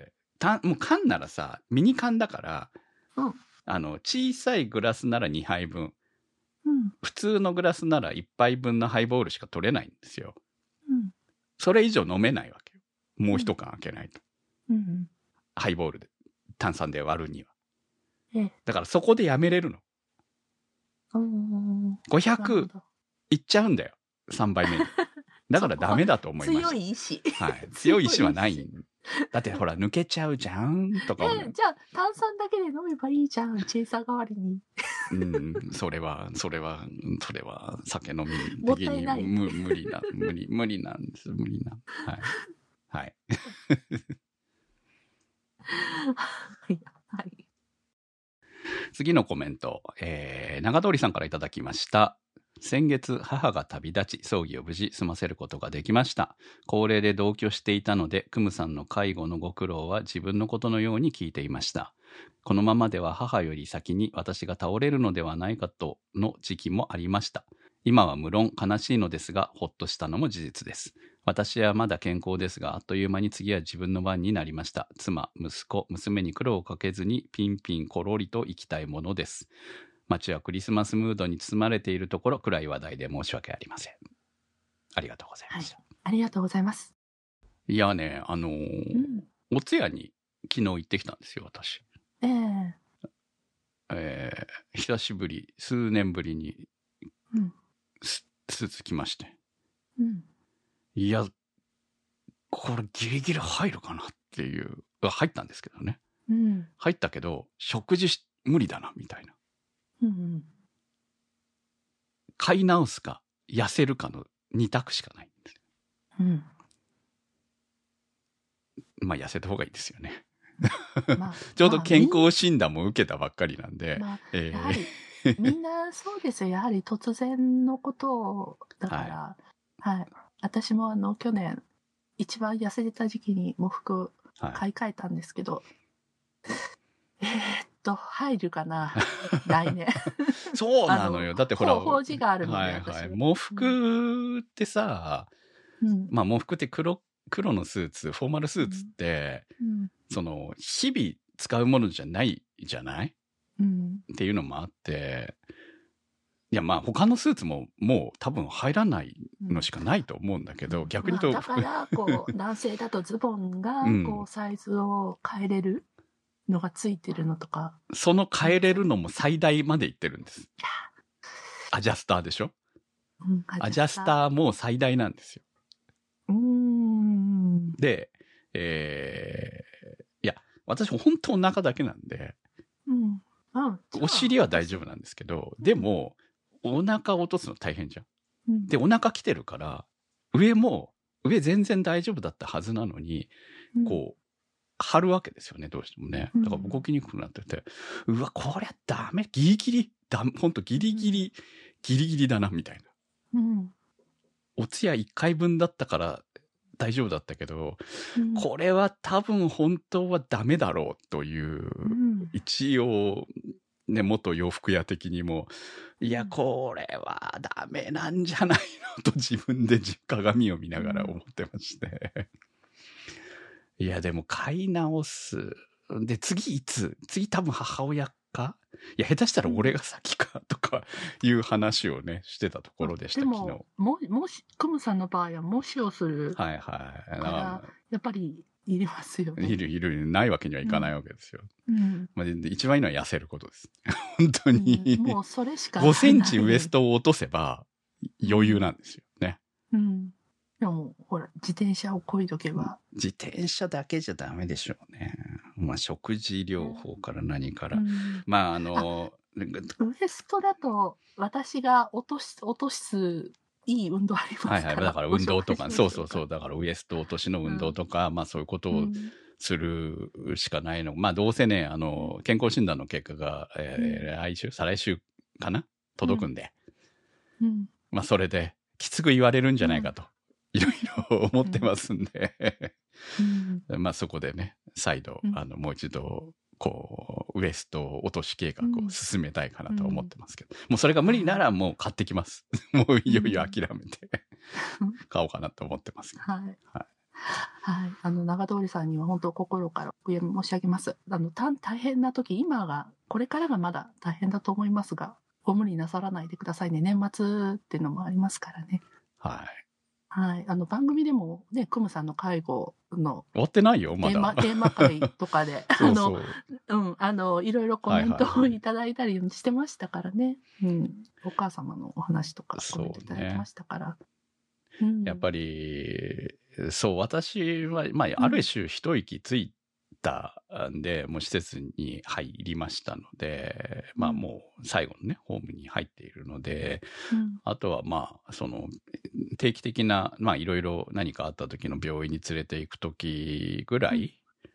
B: たもう缶ならさ、ミニ缶だから、うんあの小さいグラスならにはいぶん、うん、普通のグラスならいっぱいぶんのハイボールしか取れないんですよ、うん、それ以上飲めないわけよもう一缶開けないと、うん、ハイボールで炭酸で割るには、えだからそこでやめれるの、うん、ごひゃくいっちゃうんだよさんばいめにだからダメだと思いました。
A: 強い意志、
B: はい、強い意志はないだってほら抜けちゃうじゃんとか、
A: えじゃあ炭酸だけで飲めばいいじゃんチェイサー代わりに
B: うんそれはそれはそれは酒飲み的に無無理な無理無理なんです無理なはいはい
A: はい。はい。
B: 次のコメント、えー、長通さんからいただきました。先月、母が旅立ち、葬儀を無事済ませることができました。高齢で同居していたので、クムさんの介護のご苦労は自分のことのように聞いていました。このままでは母より先に私が倒れるのではないかとの時期もありました。今は無論悲しいのですが、ほっとしたのも事実です。私はまだ健康ですが、あっという間に次は自分の番になりました。妻、息子、娘に苦労をかけずにピンピンコロリと生きたいものです。街はクリスマスムードに包まれているところ、暗い話題で申し訳ありません。ありがとうございます。
A: はい、ありがとうございます。
B: いやね、あのーうん、お通夜に昨日行ってきたんですよ、私。
A: ええー
B: えー、久しぶり、数年ぶりに、
A: うん、
B: スーツ着まして。
A: うん、
B: いや、これギリギリ入るかなっていう、入ったんですけどね。
A: うん、
B: 入ったけど、食事無理だな、みたいな。
A: うんうん、
B: 買い直すか痩せるかの二択しかないんです、
A: うん、
B: まあ痩せた方がいいですよね、まあ、ちょうど健康診断も受けたばっかりなんで、
A: まあえー、やはりみんなそうですよ。やはり突然のことだから、はい、はい、私もあの去年一番痩せてた時期に喪服買い替えたんですけど、はい、えーと入るかな来年
B: そうなのよ。だってほら
A: 法事があるので、
B: はいはい、喪服ってさ、うん、まあ喪服って黒黒のスーツ、フォーマルスーツって、うんうん、その日々使うものじゃないじゃない、うん、っていうのもあって、いやまあ他のスーツももう多分入らないのしかないと思うんだけど、うん、逆に言うと、
A: まあ、だからこう男性だとズボンがこうサイズを変えれるのがついてるのとか、
B: その変えれるのも最大までいってるんです。アジャスターでしょ、うん、アジャスターも最大なんですよ。うーんで、えー、いや私本当お腹だけなんで、うんうん、お尻は大丈夫なんですけど、うん、でもお腹落とすの大変じゃん、うん、でお腹来てるから上も上全然大丈夫だったはずなのに、うん、こう張るわけですよね、どうしてもね。だから動きにくくなってて、うん、うわこりゃダメ、ギリギリだ、ほんとギリギリ、うん、ギリギリだなみたいな、うん、お通夜いっかいぶんだったから大丈夫だったけど、うん、これは多分本当はダメだろうという、うん、一応ね、元洋服屋的にも、いやこれはダメなんじゃないのと自分で鏡を見ながら思ってまして、うん、いやでも買い直すで次いつ次多分母親か、いや下手したら俺が先かとかいう話をねしてたところでした。
A: でも昨日ももしクムさんの場合はもしをするから、
B: はいはい、
A: やっぱりいりますよね。
B: いるいるないわけにはいかないわけですよ。うんまあ、一番いいのは痩せることです。本当に、うん、もうそれしかごセンチウエストを落とせば余裕なんですよね。うん。うんでもほら自転車をこいどけば、自転車だけじゃダメでしょうね。まあ食事療法から何から、うん、まああの
A: ウエストだと私が落とし落とすいい運動ありますから、
B: はいはい、だから運動とかそうそうそうだからウエスト落としの運動とか、うん、まあそういうことをするしかないの、うん、まあどうせねあの健康診断の結果が、えー、来週再来週かな届くんで、うん、まあそれできつく言われるんじゃないかと。うんいろいろ思ってますんで、うん、まあそこでね再度、うん、あのもう一度こうウエスト落とし計画を進めたいかなと思ってますけど、うん、もうそれが無理ならもう買ってきます、うん、もういよいよ諦めて、うん、買おうかなと思ってます、
A: はい、はいはい、あの長通さんには本当心からお悔やみ申し上げます。あの大変な時、今がこれからがまだ大変だと思いますが、ご無理なさらないでくださいね。年末っていうのもありますからね。
B: はい
A: はい、あの番組でもね、クムさんの介護の
B: 終わってないよまだ
A: テーマ会とかであのうんあのいろいろコメントをいただいたりしてましたからね、はいはいうん、お母様のお話とかコメントいただきましたから、
B: うん、やっぱりそう私はまあある種一息ついたんで、うん、もう施設に入りましたので、うん、まあもう最後のねホームに入っているので、うん、あとはまあその定期的なまあいろいろ何かあった時の病院に連れて行く時ぐらい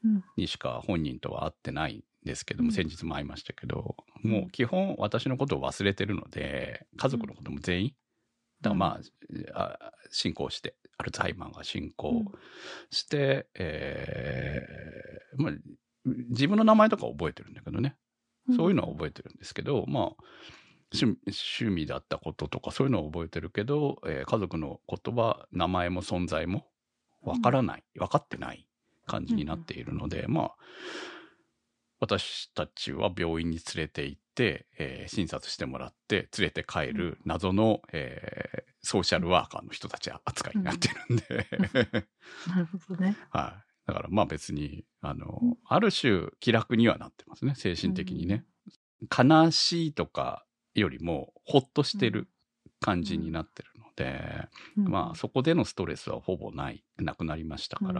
B: にしか本人とは会ってないんですけども、
A: うん
B: 先日も会いましたけど、もう基本私のことを忘れてるので、家族のことも全員、だからまあ、あ進行して、アルツハイマーが進行して、うん、えー、まあ、自分の名前とか覚えてるんだけどね。そういうのは覚えてるんですけど、うん、まあ趣、趣味だったこととかそういうのは覚えてるけど、えー、家族の言葉、名前も存在もわからない、分かってない感じになっているので、うん、まあ、私たちは病院に連れて行って、えー、診察してもらって連れて帰る謎の、えー、ソーシャルワーカーの人たち扱いになってるんで、うん、
A: なるほどね。
B: はい。だからまあ別にあの、うん、ある種気楽にはなってますね、精神的にね。うん、悲しいとかよりもほっとしてる感じになってるので、うん、まあそこでのストレスはほぼないなくなりましたから、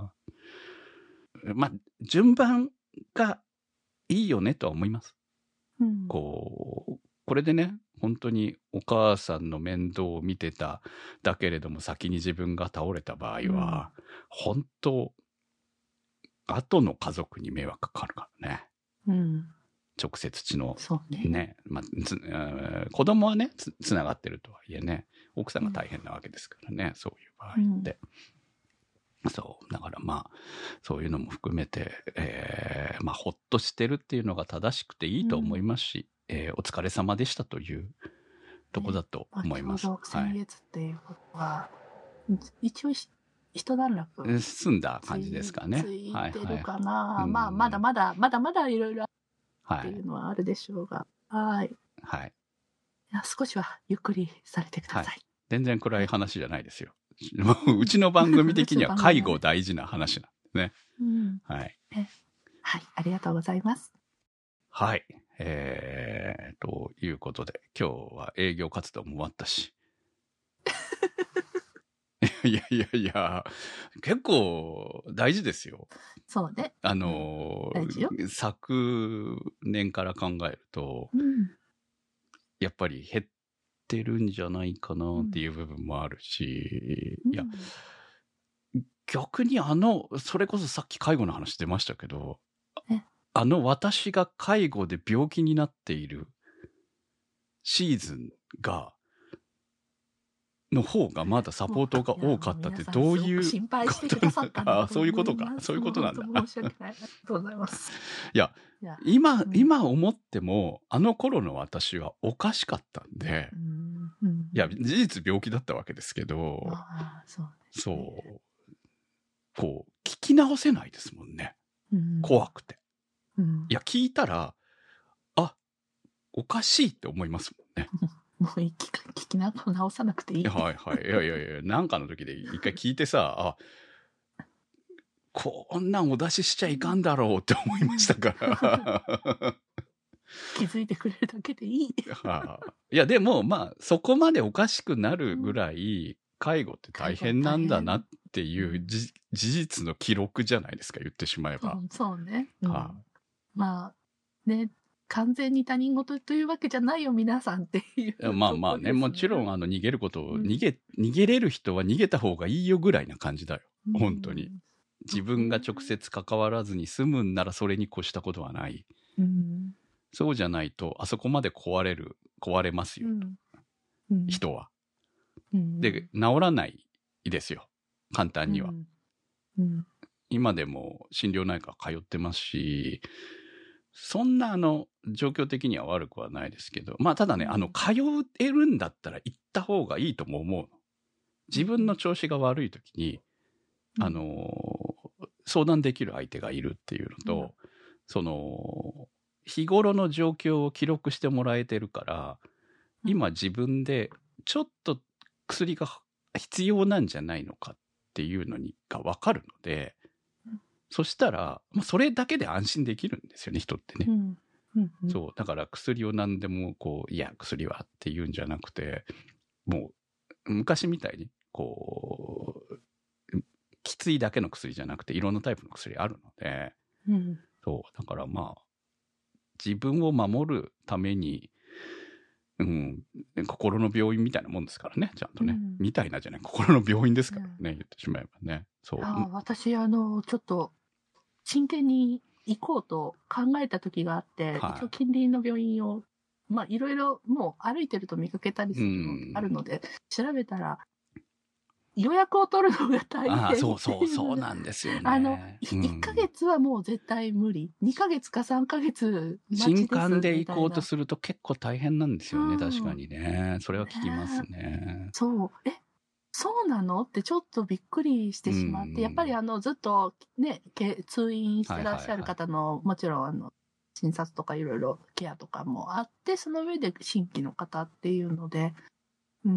B: うん、まあ順番がいいよねとは思います。うん、こうこれでね、本当にお母さんの面倒を見てただけれども先に自分が倒れた場合は、うん、本当後の家族に迷惑かかるからね。うん、直接血のね、ね、まあつ子供はね つ, つながってるとはいえね、奥さんが大変なわけですからね、うん、そういう場合って。うん、そうだからまあそういうのも含めて、えー、まあほっとしてるっていうのが正しくていいと思いますし、うんえー、お疲れ様でしたというとこだと思います。
A: ちょうど先月っていうことは、はい、一応一段落
B: 済んだ感じですかね。
A: ついてるかな、
B: はいはい、
A: まあまだまだまだまだいろいろっていうのはあるでしょうが、はい。
B: はい。
A: いや少しはゆっくりされてください。はい、
B: 全然暗い話じゃないですよ。うちの番組的には介護大事な話なんですね。うん、はい。
A: はい、ありがとうございます。
B: はい。えー、ということで、今日は営業活動も終わったし。いやいやいや、結構大事ですよ。
A: そうね。
B: あの、うん、昨年から考えると、うん、やっぱり減ってるんじゃないかなっていう部分もあるし、うん、いや、逆にあの、それこそさっき介護の話出ましたけど、あの私が介護で病気になっているシーズンが、の方がまだサポートが多かったってどういう
A: 心配してくださったんだ
B: あ、そういうことか。そういうことなんだ。
A: 申し訳ない。ありがとうございます。
B: いや、いや今、うん、今思っても、あの頃の私はおかしかったんで、うんうん、いや、事実病気だったわけですけど、
A: あそうですね、
B: そう、こう、聞き直せないですもんね。うん、怖くて、うん。いや、聞いたら、あ、おかしいって思いますもんね。
A: もう聞き直さなくていい。
B: はいはい。いやいやいや、なんかの時で一回聞いてさ、あ、こんなんお出ししちゃいかんだろうって思いましたから。
A: 気づいてくれるだけでいい。
B: はあ、いや、でもまあ、そこまでおかしくなるぐらい、介護って大変なんだなっていうじ、事実の記録じゃないですか、言ってしまえば。
A: そう、そうね。うんはあ、まあ、ね。完全に他人事というわけじゃないよ皆さんっていう、
B: ね、まあまあね、もちろんあの逃げることを、うん、逃げ逃げれる人は逃げた方がいいよぐらいな感じだよ、うん、本当に。自分が直接関わらずに済むんならそれに越したことはない、うん、そうじゃないとあそこまで壊れる壊れますよ、うん、人は、うん、で治らないですよ簡単には、うんうん、今でも心療内科通ってますし、そんなあの状況的には悪くはないですけど、まあただね、あの通えるんだったら行った方がいいとも思うの。自分の調子が悪い時に、うん、あの相談できる相手がいるっていうのと、うん、その日頃の状況を記録してもらえてるから、うん、今自分でちょっと薬が必要なんじゃないのかっていうのにが分かるので。そしたら、まあ、それだけで安心できるんですよね、人ってね。うんうんうん、そう。だから薬を何でも、こう、いや、薬はっていうんじゃなくて、もう、昔みたいに、こう、きついだけの薬じゃなくて、いろんなタイプの薬あるので、うん、そう。だからまあ、自分を守るために、うん、心の病院みたいなもんですからね、ちゃんとね。うん、みたいなじゃない、心の病院ですからね、うん、言ってしまえばね。そう。
A: あ、私、あの、ちょっと、 真剣に行こうと考えた時があって、はい、一応近隣の病院を、まあいろいろもう歩いてると見かけたりするのがあるので、調べたら、予約を取るのが大変。
B: あ、そうそうそうなんですよね。
A: あの、うん、いっかげつはもう絶対無理。にかげつかさんかげつ待ちです。
B: 新刊で行こうとすると結構大変なんですよね、うん、確かにね。それは聞きますね。
A: ね、そう。え、そうなのってちょっとびっくりしてしまって、うん、やっぱりあの、ずっとね、通院してらっしゃる方の、はいはいはい、もちろんあの、診察とかいろいろケアとかもあって、その上で新規の方っていうので、うん、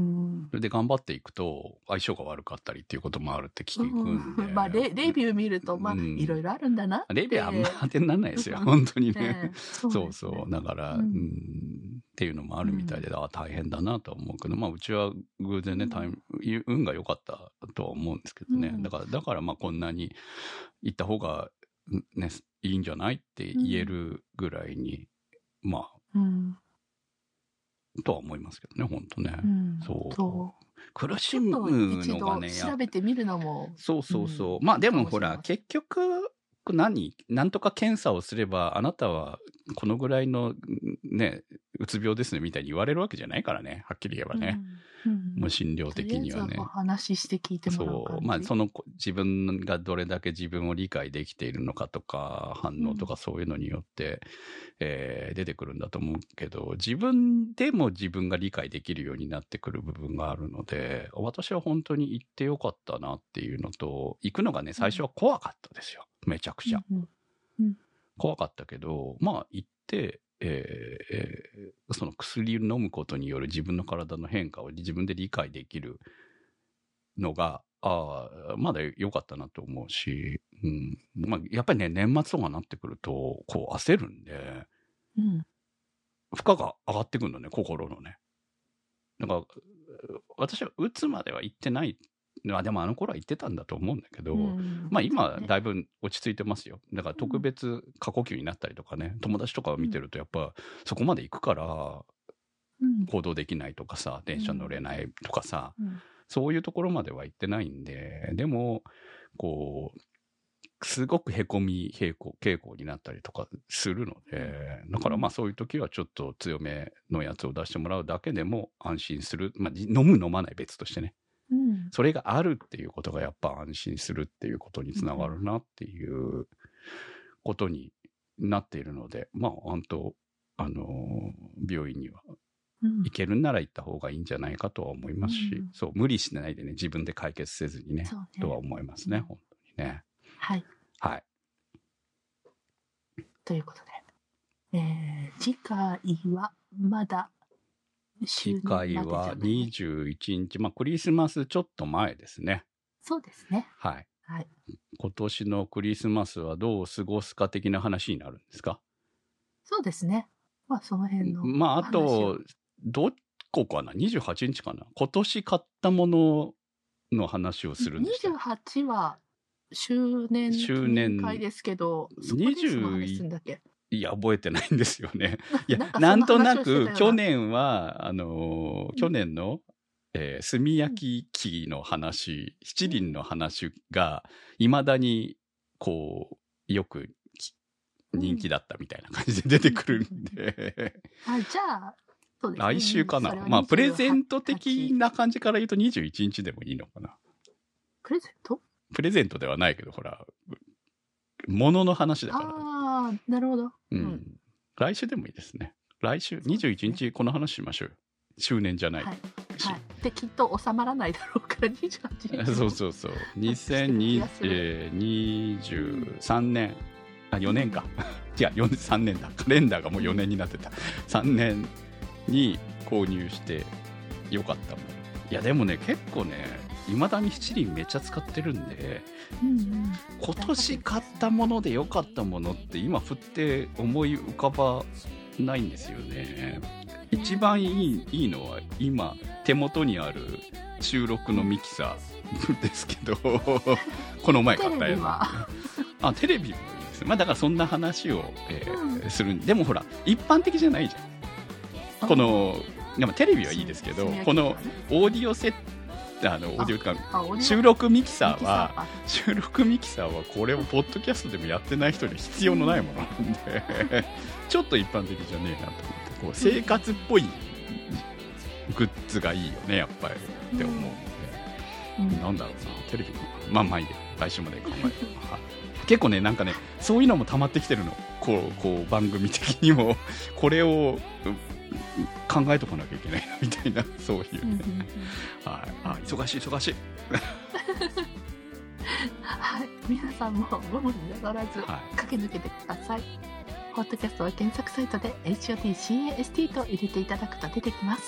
B: それで頑張っていくと相性が悪かったりっていうこともあるって聞くんで、
A: うん、まあレレビュー見るとまあいろいろあるんだなって、
B: レビューあんま当てにならないですよ本当にね、ね、そうそうそうだから、うん、うん、っていうのもあるみたいで、うん、あ大変だなとは思うけど、まあうちは偶然ね、タイム運が良かったとは思うんですけどね、うん、だからだからまあこんなに行った方がねいいんじゃないって言えるぐらいに、うん、まあ、うんとは思いますけどね、本当ね。うん、そう。そう苦しむのがね。
A: 調べてみるのも。
B: そうそうそう。うん、まあでもほら、結局、何なんとか検査をすれば、あなたはこのぐらいのね、うつ病ですねみたいに言われるわけじゃないからね、はっきり言えばね。うんうん、もう診療的にはね。
A: 話して聞いてもらう感じ。
B: そう。まあその自分がどれだけ自分を理解できているのかとか、反応とかそういうのによって、うん、えー、出てくるんだと思うけど、自分でも自分が理解できるようになってくる部分があるので、私は本当に行ってよかったなっていうのと、行くのがね、最初は怖かったですよ。めちゃくちゃ。うんうん、怖かったけど、まあ行って、えーえー、その薬を飲むことによる自分の体の変化を自分で理解できるのが、ああ、まだ良かったなと思うし、うん。まあ、やっぱりね、年末とかになってくると、こう焦るんで、うん、負荷が上がってくるのね、心のね。なんか、私は打つまでは行ってない。あでもあの頃は言ってたんだと思うんだけど、うん、まあ今だいぶ落ち着いてますよ。だから特別過呼吸になったりとかね、友達とかを見てるとやっぱそこまで行くから行動できないとかさ、電車乗れないとかさ、うん、そういうところまでは行ってないんで、でもこうすごくへこみ傾向傾向になったりとかするので、だからまあそういう時はちょっと強めのやつを出してもらうだけでも安心する。まあ飲む飲まない別としてね。うん、それがあるっていうことがやっぱ安心するっていうことにつながるなっていうことになっているので、まあ本当あの病院には行けるんなら行った方がいいんじゃないかとは思いますし、うん、そう無理しないでね自分で解決せずに ね, ねとは思いますね、うん、本当にね。
A: はい
B: はい
A: ということで、えー、次回はまだ
B: 次回はにじゅういちにち、まあクリスマスちょっと前ですね。
A: そうですね。
B: はい。はい、今年のクリスマスはどう過ごすか的な話になるんですか？
A: そうですね。まあその辺の。
B: まああと、どこかな ?にじゅうはちにちかな今年買ったものの話をするんですか？
A: にじゅうはちは周年記念会ですけど、そこでその話するんだっけ？
B: いや、覚えてないんですよね。いや、な, なんとなく、去年は、あのー、去年の、えー、炭焼き器の話、七輪の話が、いまだに、こう、よく人気だったみたいな感じで出てくるんで。
A: あ、じゃあ、そうですね。
B: 来週かな。まあ、プレゼント的な感じから言うとにじゅういちにちでもいいのかな。
A: プレゼント？
B: プレゼントではないけど、ほら、物の話だから。
A: ああ、なるほど。
B: うん。うん、来週でもいいですね。来週、にじゅういちにちこの話しましょう。周年じゃない。はい。
A: はい、で、きっと収まらないだろうからにじゅうはちにち。
B: そうそうそう。にせんにじゅうさんねん。あ、よねんか。違う、さんねんだ。カレンダーがもうよねんになってた。さんねんに購入してよかったもの。いや、でもね、結構ね、いまだに七輪めっちゃ使ってるんで、うんうん、今年買ったもので良かったものって今振って思い浮かばないんですよね。一番いい、いいのは今手元にある収録のミキサーですけどこの前買ったやつあテレビもいいです。まあだからそんな話を、えーうん、する。でもほら一般的じゃないじゃん。このでもテレビはいいですけど、このオーディオセッあのオーディオか収録ミキサーは収録ミキサーはこれをポッドキャストでもやってない人に必要のないものなんでちょっと一般的じゃねえなと思ってこう生活っぽいグッズがいいよねやっぱりって思うので、うん、なんだろうなテレビのまあまあいいや来週まで考えて結構ねなんかねそういうのも溜まってきてるのこうこう番組的にもこれを考えとかなきゃいけないなみたいなそういうね、はい、あ忙しい忙しい
A: はい皆さんもご無理ながらず駆け抜けてください、はい、ポッドキャストは検索サイトで エイチオーティーシーエーエスティー と入れていただくと出てきます。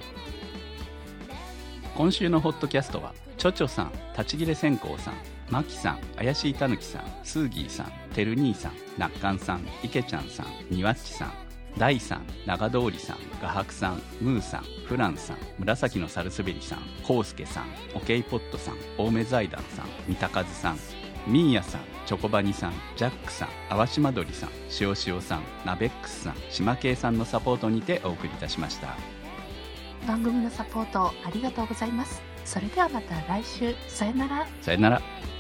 B: 今週のホットキャストはちょちょさん、立ち切れ線香さん、まきさん、怪しいたぬきさん、スーギーさん、てる兄さん、なっかんさん、いけちゃんさん、にわっちさん、だいさん、長通りさん、画伯さん、ムーさん、フランさん、紫のサルスベリさん、コウスケさん、オケイポットさん、青梅財団さん、三田和さん、ミーヤさん、チョコバニさん、ジャックさん、淡島鳥さん、しおしおさん、ナベックスさん、島系さんのサポートにてお送りいたしました。
A: 番組のサポートありがとうございます。それではまた来週。さよなら。
B: さよなら。